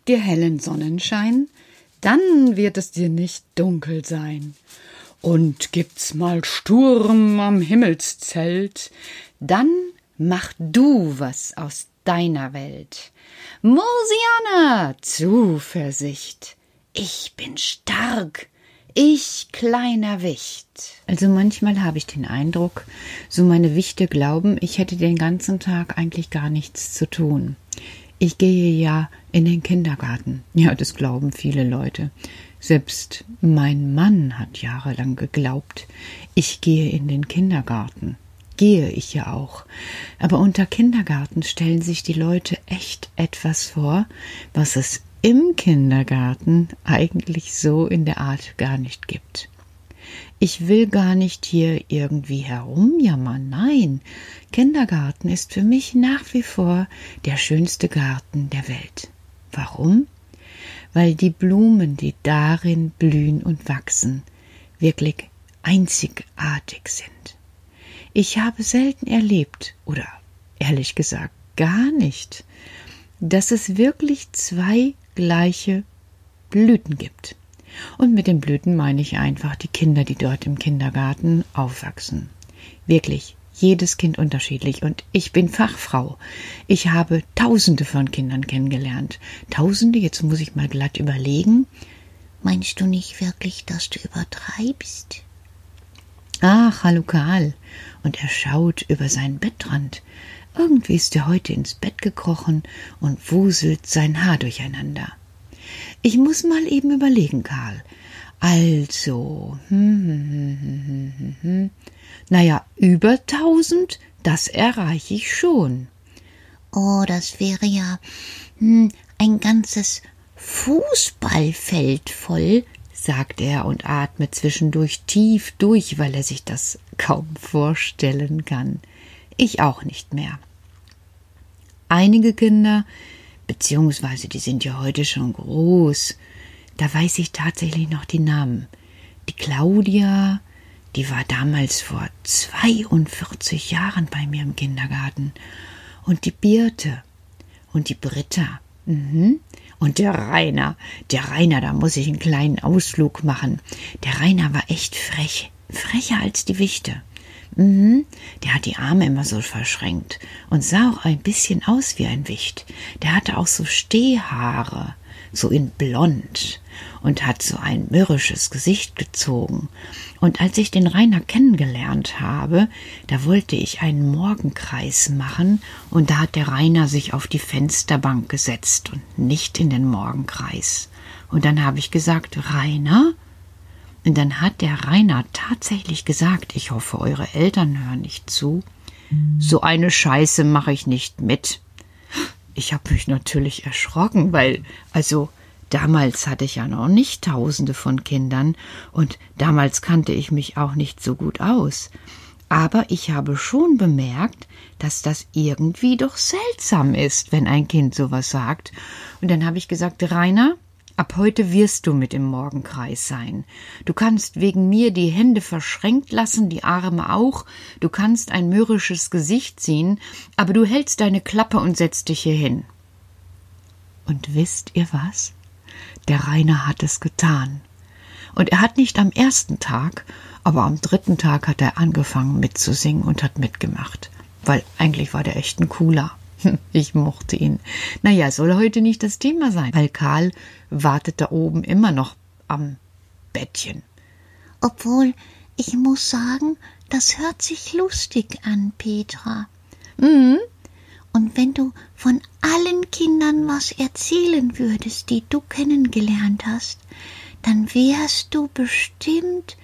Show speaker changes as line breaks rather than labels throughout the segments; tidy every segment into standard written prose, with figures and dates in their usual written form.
dir hellen Sonnenschein, dann wird es dir nicht dunkel sein. Und gibt's mal Sturm am Himmelszelt, dann mach du was aus deiner Welt. Mosiana, Zuversicht, ich bin stark, ich kleiner Wicht. Also manchmal habe ich den Eindruck, so meine Wichte glauben, ich hätte den ganzen Tag eigentlich gar nichts zu tun. Ich gehe ja in den Kindergarten. Ja, das glauben viele Leute. Selbst mein Mann hat jahrelang geglaubt, ich gehe in den Kindergarten. Gehe ich ja auch. Aber unter Kindergarten stellen sich die Leute echt etwas vor, was es im Kindergarten eigentlich so in der Art gar nicht gibt. Ich will gar nicht hier irgendwie herumjammern, nein. Kindergarten ist für mich nach wie vor der schönste Garten der Welt. Warum? Weil die Blumen, die darin blühen und wachsen, wirklich einzigartig sind. Ich habe selten erlebt, oder ehrlich gesagt gar nicht, dass es wirklich zwei gleiche Blüten gibt. Und mit den Blüten meine ich einfach die Kinder, die dort im Kindergarten aufwachsen. Wirklich, jedes Kind unterschiedlich. Und ich bin Fachfrau. Ich habe Tausende von Kindern kennengelernt. Tausende, jetzt muss ich mal glatt überlegen.
Meinst du nicht wirklich, dass du übertreibst?
Ach, hallo Karl. Und er schaut über seinen Bettrand. Irgendwie ist er heute ins Bett gekrochen und wuselt sein Haar durcheinander. Ich muss mal eben überlegen, Karl. Also, naja, über 1000, das erreiche ich schon.
Oh, das wäre ja ein ganzes Fußballfeld voll,
sagt er und atmet zwischendurch tief durch, weil er sich das kaum vorstellen kann. Ich auch nicht mehr. Einige Kinder, beziehungsweise die sind ja heute schon groß, da weiß ich tatsächlich noch die Namen. Die Claudia, die war damals vor 42 Jahren bei mir im Kindergarten. Und die Birte und die Britta. Und der Rainer, da muss ich einen kleinen Ausflug machen. Der Rainer war echt frech, frecher als die Wichte. Der hat die Arme immer so verschränkt und sah auch ein bisschen aus wie ein Wicht. Der hatte auch so Stehhaare, so in blond und hat so ein mürrisches Gesicht gezogen. Und als ich den Rainer kennengelernt habe, da wollte ich einen Morgenkreis machen und da hat der Rainer sich auf die Fensterbank gesetzt und nicht in den Morgenkreis. Und dann habe ich gesagt, Rainer? Und dann hat der Rainer tatsächlich gesagt, ich hoffe, eure Eltern hören nicht zu, so eine Scheiße mache ich nicht mit. Ich habe mich natürlich erschrocken, weil, damals hatte ich ja noch nicht Tausende von Kindern und damals kannte ich mich auch nicht so gut aus. Aber ich habe schon bemerkt, dass das irgendwie doch seltsam ist, wenn ein Kind sowas sagt. Und dann habe ich gesagt, Rainer, ab heute wirst du mit im Morgenkreis sein. Du kannst wegen mir die Hände verschränkt lassen, die Arme auch. Du kannst ein mürrisches Gesicht ziehen, aber du hältst deine Klappe und setzt dich hier hin. Und wisst ihr was? Der Rainer hat es getan. Und er hat nicht am ersten Tag, aber am 3. Tag hat er angefangen mitzusingen und hat mitgemacht. Weil eigentlich war der echt ein Cooler. Ich mochte ihn. Naja, soll heute nicht das Thema sein, weil Karl wartet da oben immer noch am Bettchen.
Obwohl, ich muss sagen, das hört sich lustig an, Petra. Und wenn du von allen Kindern was erzählen würdest, die du kennengelernt hast, dann wärst du bestimmt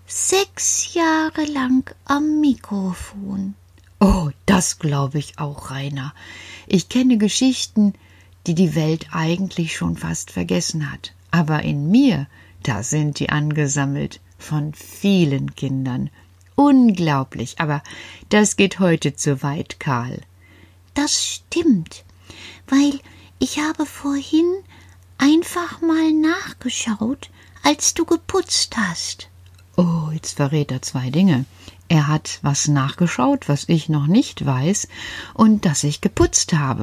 6 Jahre lang am Mikrofon.
Oh, das glaube ich auch, Rainer. Ich kenne Geschichten, die die Welt eigentlich schon fast vergessen hat. Aber in mir, da sind die angesammelt von vielen Kindern. Unglaublich, aber das geht heute zu weit, Karl.
Das stimmt, weil ich habe vorhin einfach mal nachgeschaut, als du geputzt hast.
Oh, jetzt verrät er 2 Dinge. Er hat was nachgeschaut, was ich noch nicht weiß, und dass ich geputzt habe.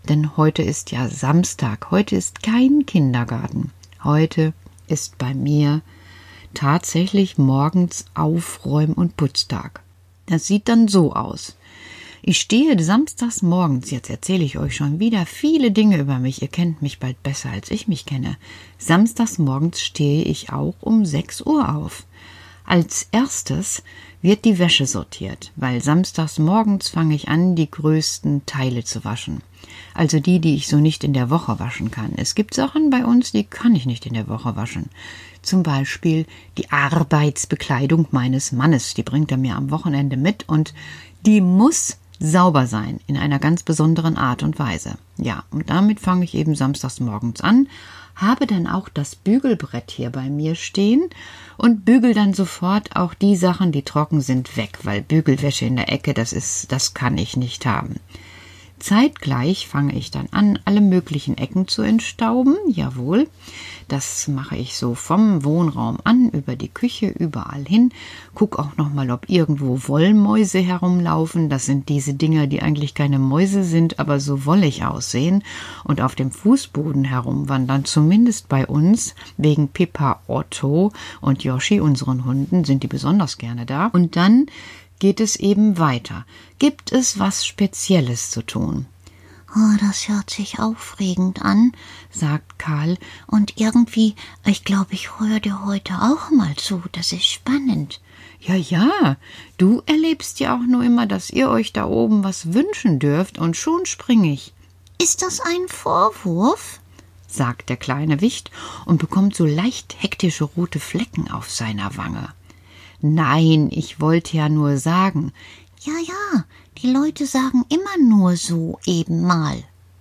denn heute ist ja Samstag, heute ist kein Kindergarten. Heute ist bei mir tatsächlich morgens Aufräum- und Putztag. Das sieht dann so aus. Ich stehe samstags morgens, jetzt erzähle ich euch schon wieder viele Dinge über mich, ihr kennt mich bald besser, als ich mich kenne. Samstags morgens stehe ich auch um 6 Uhr auf. Als erstes wird die Wäsche sortiert, weil samstags morgens fange ich an, die größten Teile zu waschen. Also die ich so nicht in der Woche waschen kann. Es gibt Sachen bei uns, die kann ich nicht in der Woche waschen. Zum Beispiel die Arbeitsbekleidung meines Mannes, die bringt er mir am Wochenende mit und die muss sauber sein, in einer ganz besonderen Art und Weise. Ja, und damit fange ich eben samstags morgens an, habe dann auch das Bügelbrett hier bei mir stehen und bügel dann sofort auch die Sachen, die trocken sind, weg, weil Bügelwäsche in der Ecke, das kann ich nicht haben. Zeitgleich fange ich dann an, alle möglichen Ecken zu entstauben. Jawohl, das mache ich so vom Wohnraum an, über die Küche, überall hin. Guck auch nochmal, ob irgendwo Wollmäuse herumlaufen. Das sind diese Dinger, die eigentlich keine Mäuse sind, aber so wollig aussehen und auf dem Fußboden herumwandern. Zumindest bei uns, wegen Pippa, Otto und Yoshi, unseren Hunden, sind die besonders gerne da. Und dann geht es eben weiter. Gibt es was Spezielles zu tun?
Oh, das hört sich aufregend an, sagt Karl. Und irgendwie, ich glaube, ich höre dir heute auch mal zu. Das ist spannend.
Ja, du erlebst ja auch nur immer, dass ihr euch da oben was wünschen dürft und schon springe ich.
Ist das ein Vorwurf?
Sagt der kleine Wicht und bekommt so leicht hektische rote Flecken auf seiner Wange. Nein, ich wollte ja nur sagen.
Ja, die Leute sagen immer nur so eben mal.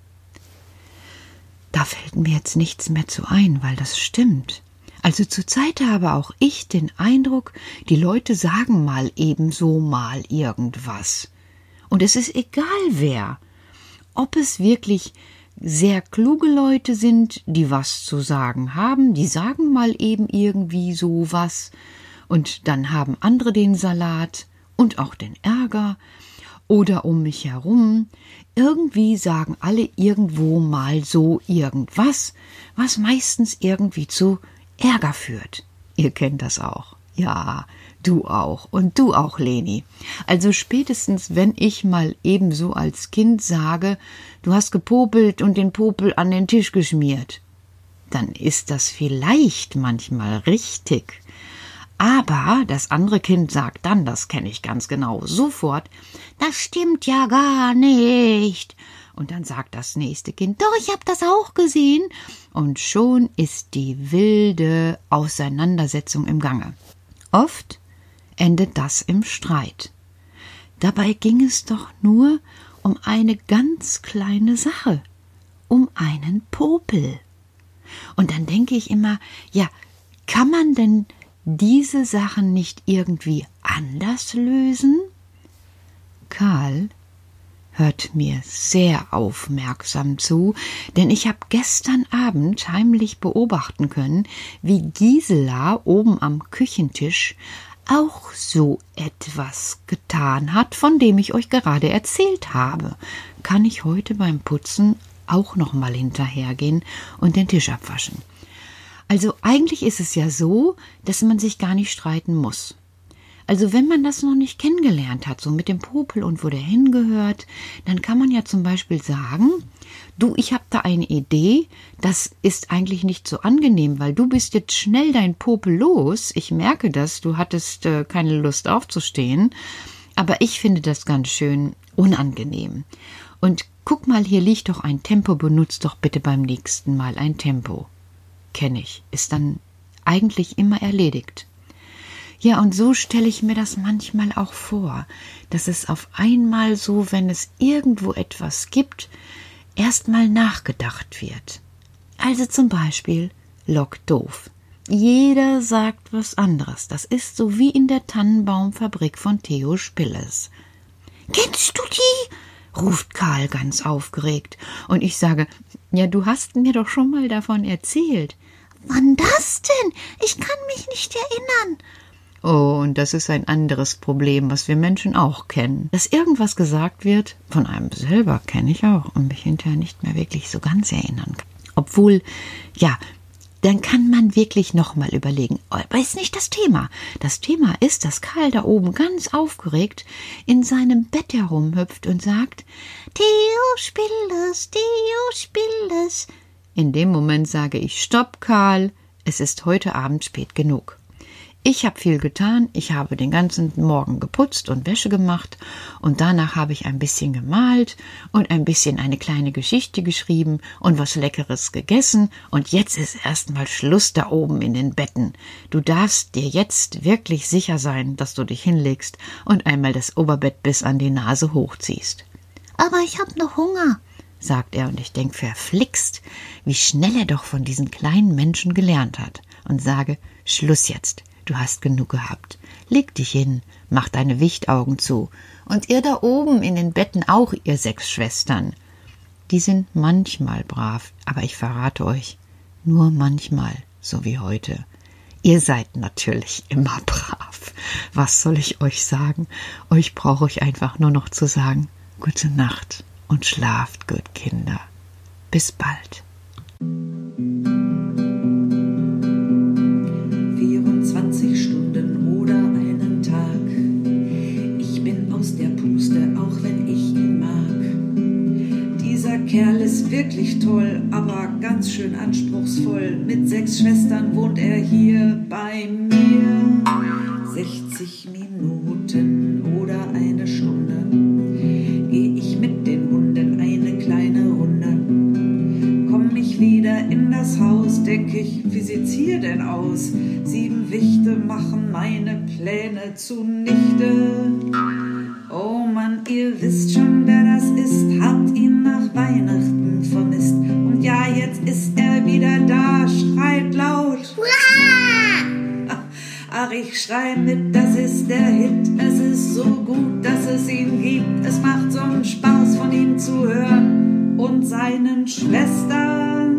Da fällt mir jetzt nichts mehr zu ein, weil das stimmt. Also zurzeit habe auch ich den Eindruck, die Leute sagen mal ebenso mal irgendwas. Und es ist egal wer. Ob es wirklich sehr kluge Leute sind, die was zu sagen haben, die sagen mal eben irgendwie sowas. Und dann haben andere den Salat und auch den Ärger oder um mich herum. Irgendwie sagen alle irgendwo mal so irgendwas, was meistens irgendwie zu Ärger führt. Ihr kennt das auch. Ja, du auch und du auch, Leni. Also spätestens, wenn ich mal ebenso als Kind sage, du hast gepopelt und den Popel an den Tisch geschmiert, dann ist das vielleicht manchmal richtig. Aber das andere Kind sagt dann, das kenne ich ganz genau, sofort, das stimmt ja gar nicht. Und dann sagt das nächste Kind, doch, ich habe das auch gesehen. Und schon ist die wilde Auseinandersetzung im Gange. Oft endet das im Streit. Dabei ging es doch nur um eine ganz kleine Sache, um einen Popel. Und dann denke ich immer, ja, kann man denn diese Sachen nicht irgendwie anders lösen? Karl hört mir sehr aufmerksam zu, denn ich habe gestern Abend heimlich beobachten können, wie Gisela oben am Küchentisch auch so etwas getan hat, von dem ich euch gerade erzählt habe. Kann ich heute beim Putzen auch noch mal hinterhergehen und den Tisch abwaschen. Also eigentlich ist es ja so, dass man sich gar nicht streiten muss. Also wenn man das noch nicht kennengelernt hat, so mit dem Popel und wo der hingehört, dann kann man ja zum Beispiel sagen, du, ich habe da eine Idee, das ist eigentlich nicht so angenehm, weil du bist jetzt schnell dein Popel los. Ich merke das, du hattest keine Lust aufzustehen, aber ich finde das ganz schön unangenehm. Und guck mal, hier liegt doch ein Tempo, benutz doch bitte beim nächsten Mal ein Tempo. Kenne ich, ist dann eigentlich immer erledigt. Ja, und so stelle ich mir das manchmal auch vor, dass es auf einmal so, wenn es irgendwo etwas gibt, erstmal nachgedacht wird. Also zum Beispiel Lok doof. Jeder sagt was anderes. Das ist so wie in der Tannenbaumfabrik von Theo Spilles.
Kennst du die?
Ruft Karl ganz aufgeregt. Und ich sage, ja, du hast mir doch schon mal davon erzählt.
Wann das denn? Ich kann mich nicht erinnern.
Oh, und das ist ein anderes Problem, was wir Menschen auch kennen. Dass irgendwas gesagt wird, von einem selber kenne ich auch und mich hinterher nicht mehr wirklich so ganz erinnern kann. Obwohl, ja, dann kann man wirklich nochmal überlegen. Aber ist nicht das Thema. Das Thema ist, dass Karl da oben ganz aufgeregt in seinem Bett herumhüpft und sagt, Theo, spiel es, Theo, spiel es. In dem Moment sage ich, stopp, Karl, es ist heute Abend spät genug. Ich habe viel getan, ich habe den ganzen Morgen geputzt und Wäsche gemacht und danach habe ich ein bisschen gemalt und ein bisschen eine kleine Geschichte geschrieben und was Leckeres gegessen und jetzt ist erstmal Schluss da oben in den Betten. Du darfst dir jetzt wirklich sicher sein, dass du dich hinlegst und einmal das Oberbett bis an die Nase hochziehst.
Aber ich hab noch Hunger,
sagt er und ich denk verflixt, wie schnell er doch von diesen kleinen Menschen gelernt hat und sage, Schluss jetzt. Du hast genug gehabt. Leg dich hin, mach deine Wichtaugen zu. Und ihr da oben in den Betten auch, ihr 6 Schwestern. Die sind manchmal brav, aber ich verrate euch, nur manchmal, so wie heute. Ihr seid natürlich immer brav. Was soll ich euch sagen? Euch brauche ich einfach nur noch zu sagen, gute Nacht und schlaft gut, Kinder. Bis bald.
24 Stunden oder einen Tag. Ich bin aus der Puste, auch wenn ich ihn mag. Dieser Kerl ist wirklich toll, aber ganz schön anspruchsvoll. Mit 6 Schwestern wohnt er hier bei mir. 60 Minuten oder eine Stunde gehe ich mit den Hunden eine kleine Runde. Komm ich wieder in das Haus, denk ich, wie sieht's hier denn aus? 7 Wichte machen meine Pläne zunichte. Oh Mann, ihr wisst schon, wer das ist, habt ihn nach Weihnachten vermisst. Und ja, jetzt ist er wieder da, schreit laut. Ach, ich schrei mit, das ist der Hit. Es ist so gut, dass es ihn gibt. Es macht so einen Spaß, von ihm zu hören und seinen Schwestern.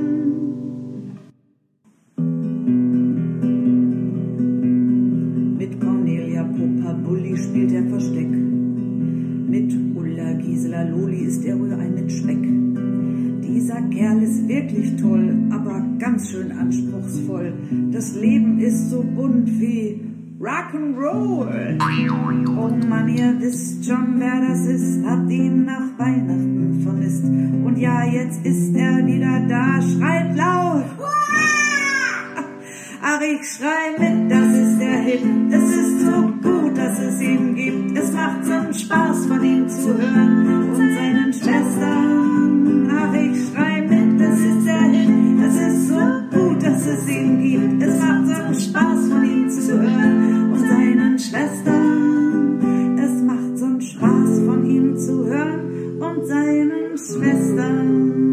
Mit Cornelia Popa Bulli spielt er Versteck. Mit Ulla Gisela Loli ist er wohl ein mit Speck. Dieser Kerl ist wirklich toll, aber ganz schön anspruchsvoll. Das Leben ist so bunt wie Rock'n'Roll. Oh Mann, ihr wisst schon, wer das ist, habt ihn nach Weihnachten vermisst. Und ja, jetzt ist er wieder da, schreit laut. Ach, ich schrei mit, das ist der Hit. Es ist so gut, dass es ihn gibt. Es macht so einen Spaß, von ihm zu hören und seinen Schwestern. Ach, ich schrei mit, das ist der Hit. Es ist so gut, dass es ihn gibt. Es macht so einen Spaß, von ihm zu hören und seinen Schwestern. Es macht so einen Spaß, von ihm zu hören und seinen Schwestern.